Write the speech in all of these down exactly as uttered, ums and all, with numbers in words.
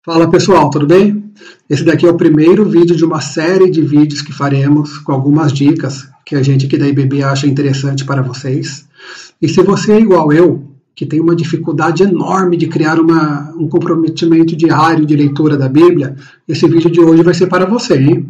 Fala pessoal, tudo bem? Esse daqui é o primeiro vídeo de uma série de vídeos que faremos com algumas dicas que a gente aqui da I B B acha interessante para vocês. E se você é igual eu, que tem uma dificuldade enorme de criar uma, um comprometimento diário de leitura da Bíblia, esse vídeo de hoje vai ser para você, hein?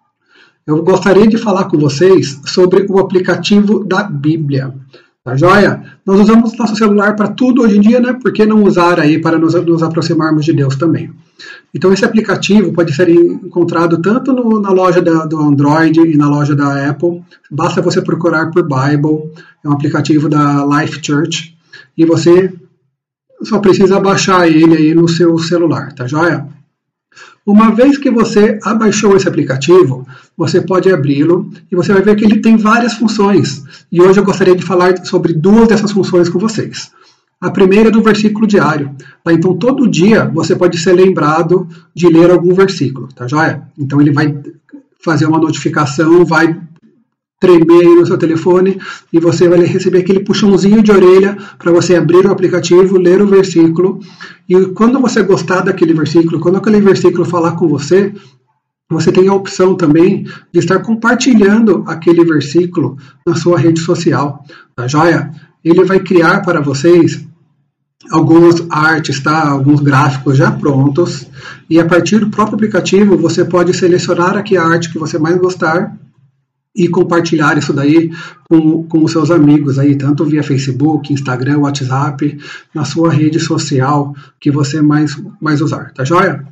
Eu gostaria de falar com vocês sobre o aplicativo da Bíblia. Tá joia? Nós usamos nosso celular para tudo hoje em dia, né? Por que não usar aí para nos, nos aproximarmos de Deus também? Então esse aplicativo pode ser encontrado tanto no, na loja da, do Android e na loja da Apple. Basta você procurar por Bible, é um aplicativo da Life Church, e você só precisa baixar ele aí no seu celular, tá joia? Uma vez que você abaixou esse aplicativo, você pode abri-lo e você vai ver que ele tem várias funções. E hoje eu gostaria de falar sobre duas dessas funções com vocês. A primeira é do versículo diário. Tá? Então, todo dia você pode ser lembrado de ler algum versículo, tá joia? Então, ele vai fazer uma notificação, vai tremer aí no seu telefone e você vai receber aquele puxãozinho de orelha para você abrir o aplicativo, ler o versículo, e quando você gostar daquele versículo, quando aquele versículo falar com você, você tem a opção também de estar compartilhando aquele versículo na sua rede social, tá joia? Ele vai criar para vocês algumas artes, tá? Alguns gráficos já prontos, e a partir do próprio aplicativo você pode selecionar aqui a arte que você mais gostar e compartilhar isso daí com, com os seus amigos aí, tanto via Facebook, Instagram, WhatsApp, na sua rede social que você mais, mais usar, tá joia?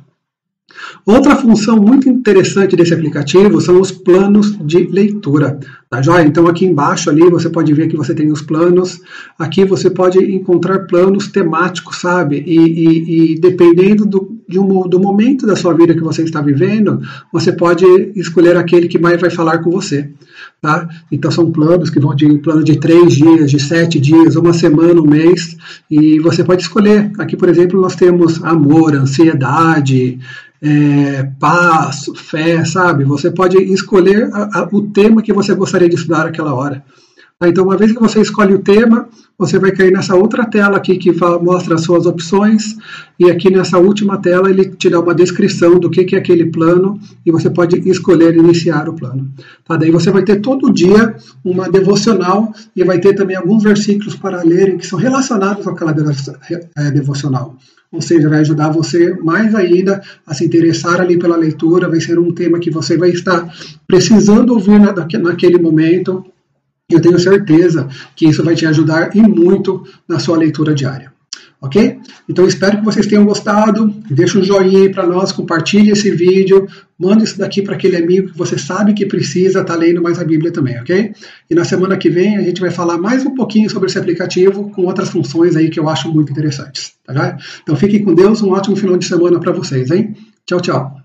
Outra função muito interessante desse aplicativo são os planos de leitura, tá joia? Então aqui embaixo ali você pode ver que você tem os planos, aqui você pode encontrar planos temáticos, sabe? E, e, e dependendo do, de um, do momento da sua vida que você está vivendo, você pode escolher aquele que mais vai falar com você, tá? Então são planos que vão de plano de três dias, de sete dias, uma semana, um mês, e você pode escolher. Aqui, por exemplo, nós temos amor, ansiedade, É, paz, fé, sabe? Você pode escolher a, a, o tema que você gostaria de estudar naquela hora. Tá? Então, uma vez que você escolhe o tema, você vai cair nessa outra tela aqui que fala, mostra as suas opções, e aqui nessa última tela ele te dá uma descrição do que, que é aquele plano, e você pode escolher iniciar o plano. Tá? Daí você vai ter todo dia uma devocional, e vai ter também alguns versículos para lerem que são relacionados àquela devocional. Ou seja, vai ajudar você mais ainda a se interessar ali pela leitura, vai ser um tema que você vai estar precisando ouvir na, naquele momento. E eu tenho certeza que isso vai te ajudar e muito na sua leitura diária. Ok? Então espero que vocês tenham gostado. Deixa um joinha aí para nós, compartilhe esse vídeo, manda isso daqui para aquele amigo que você sabe que precisa estar lendo mais a Bíblia também, ok? E na semana que vem a gente vai falar mais um pouquinho sobre esse aplicativo com outras funções aí que eu acho muito interessantes, tá? Então fiquem com Deus, um ótimo final de semana para vocês, hein? Tchau, tchau.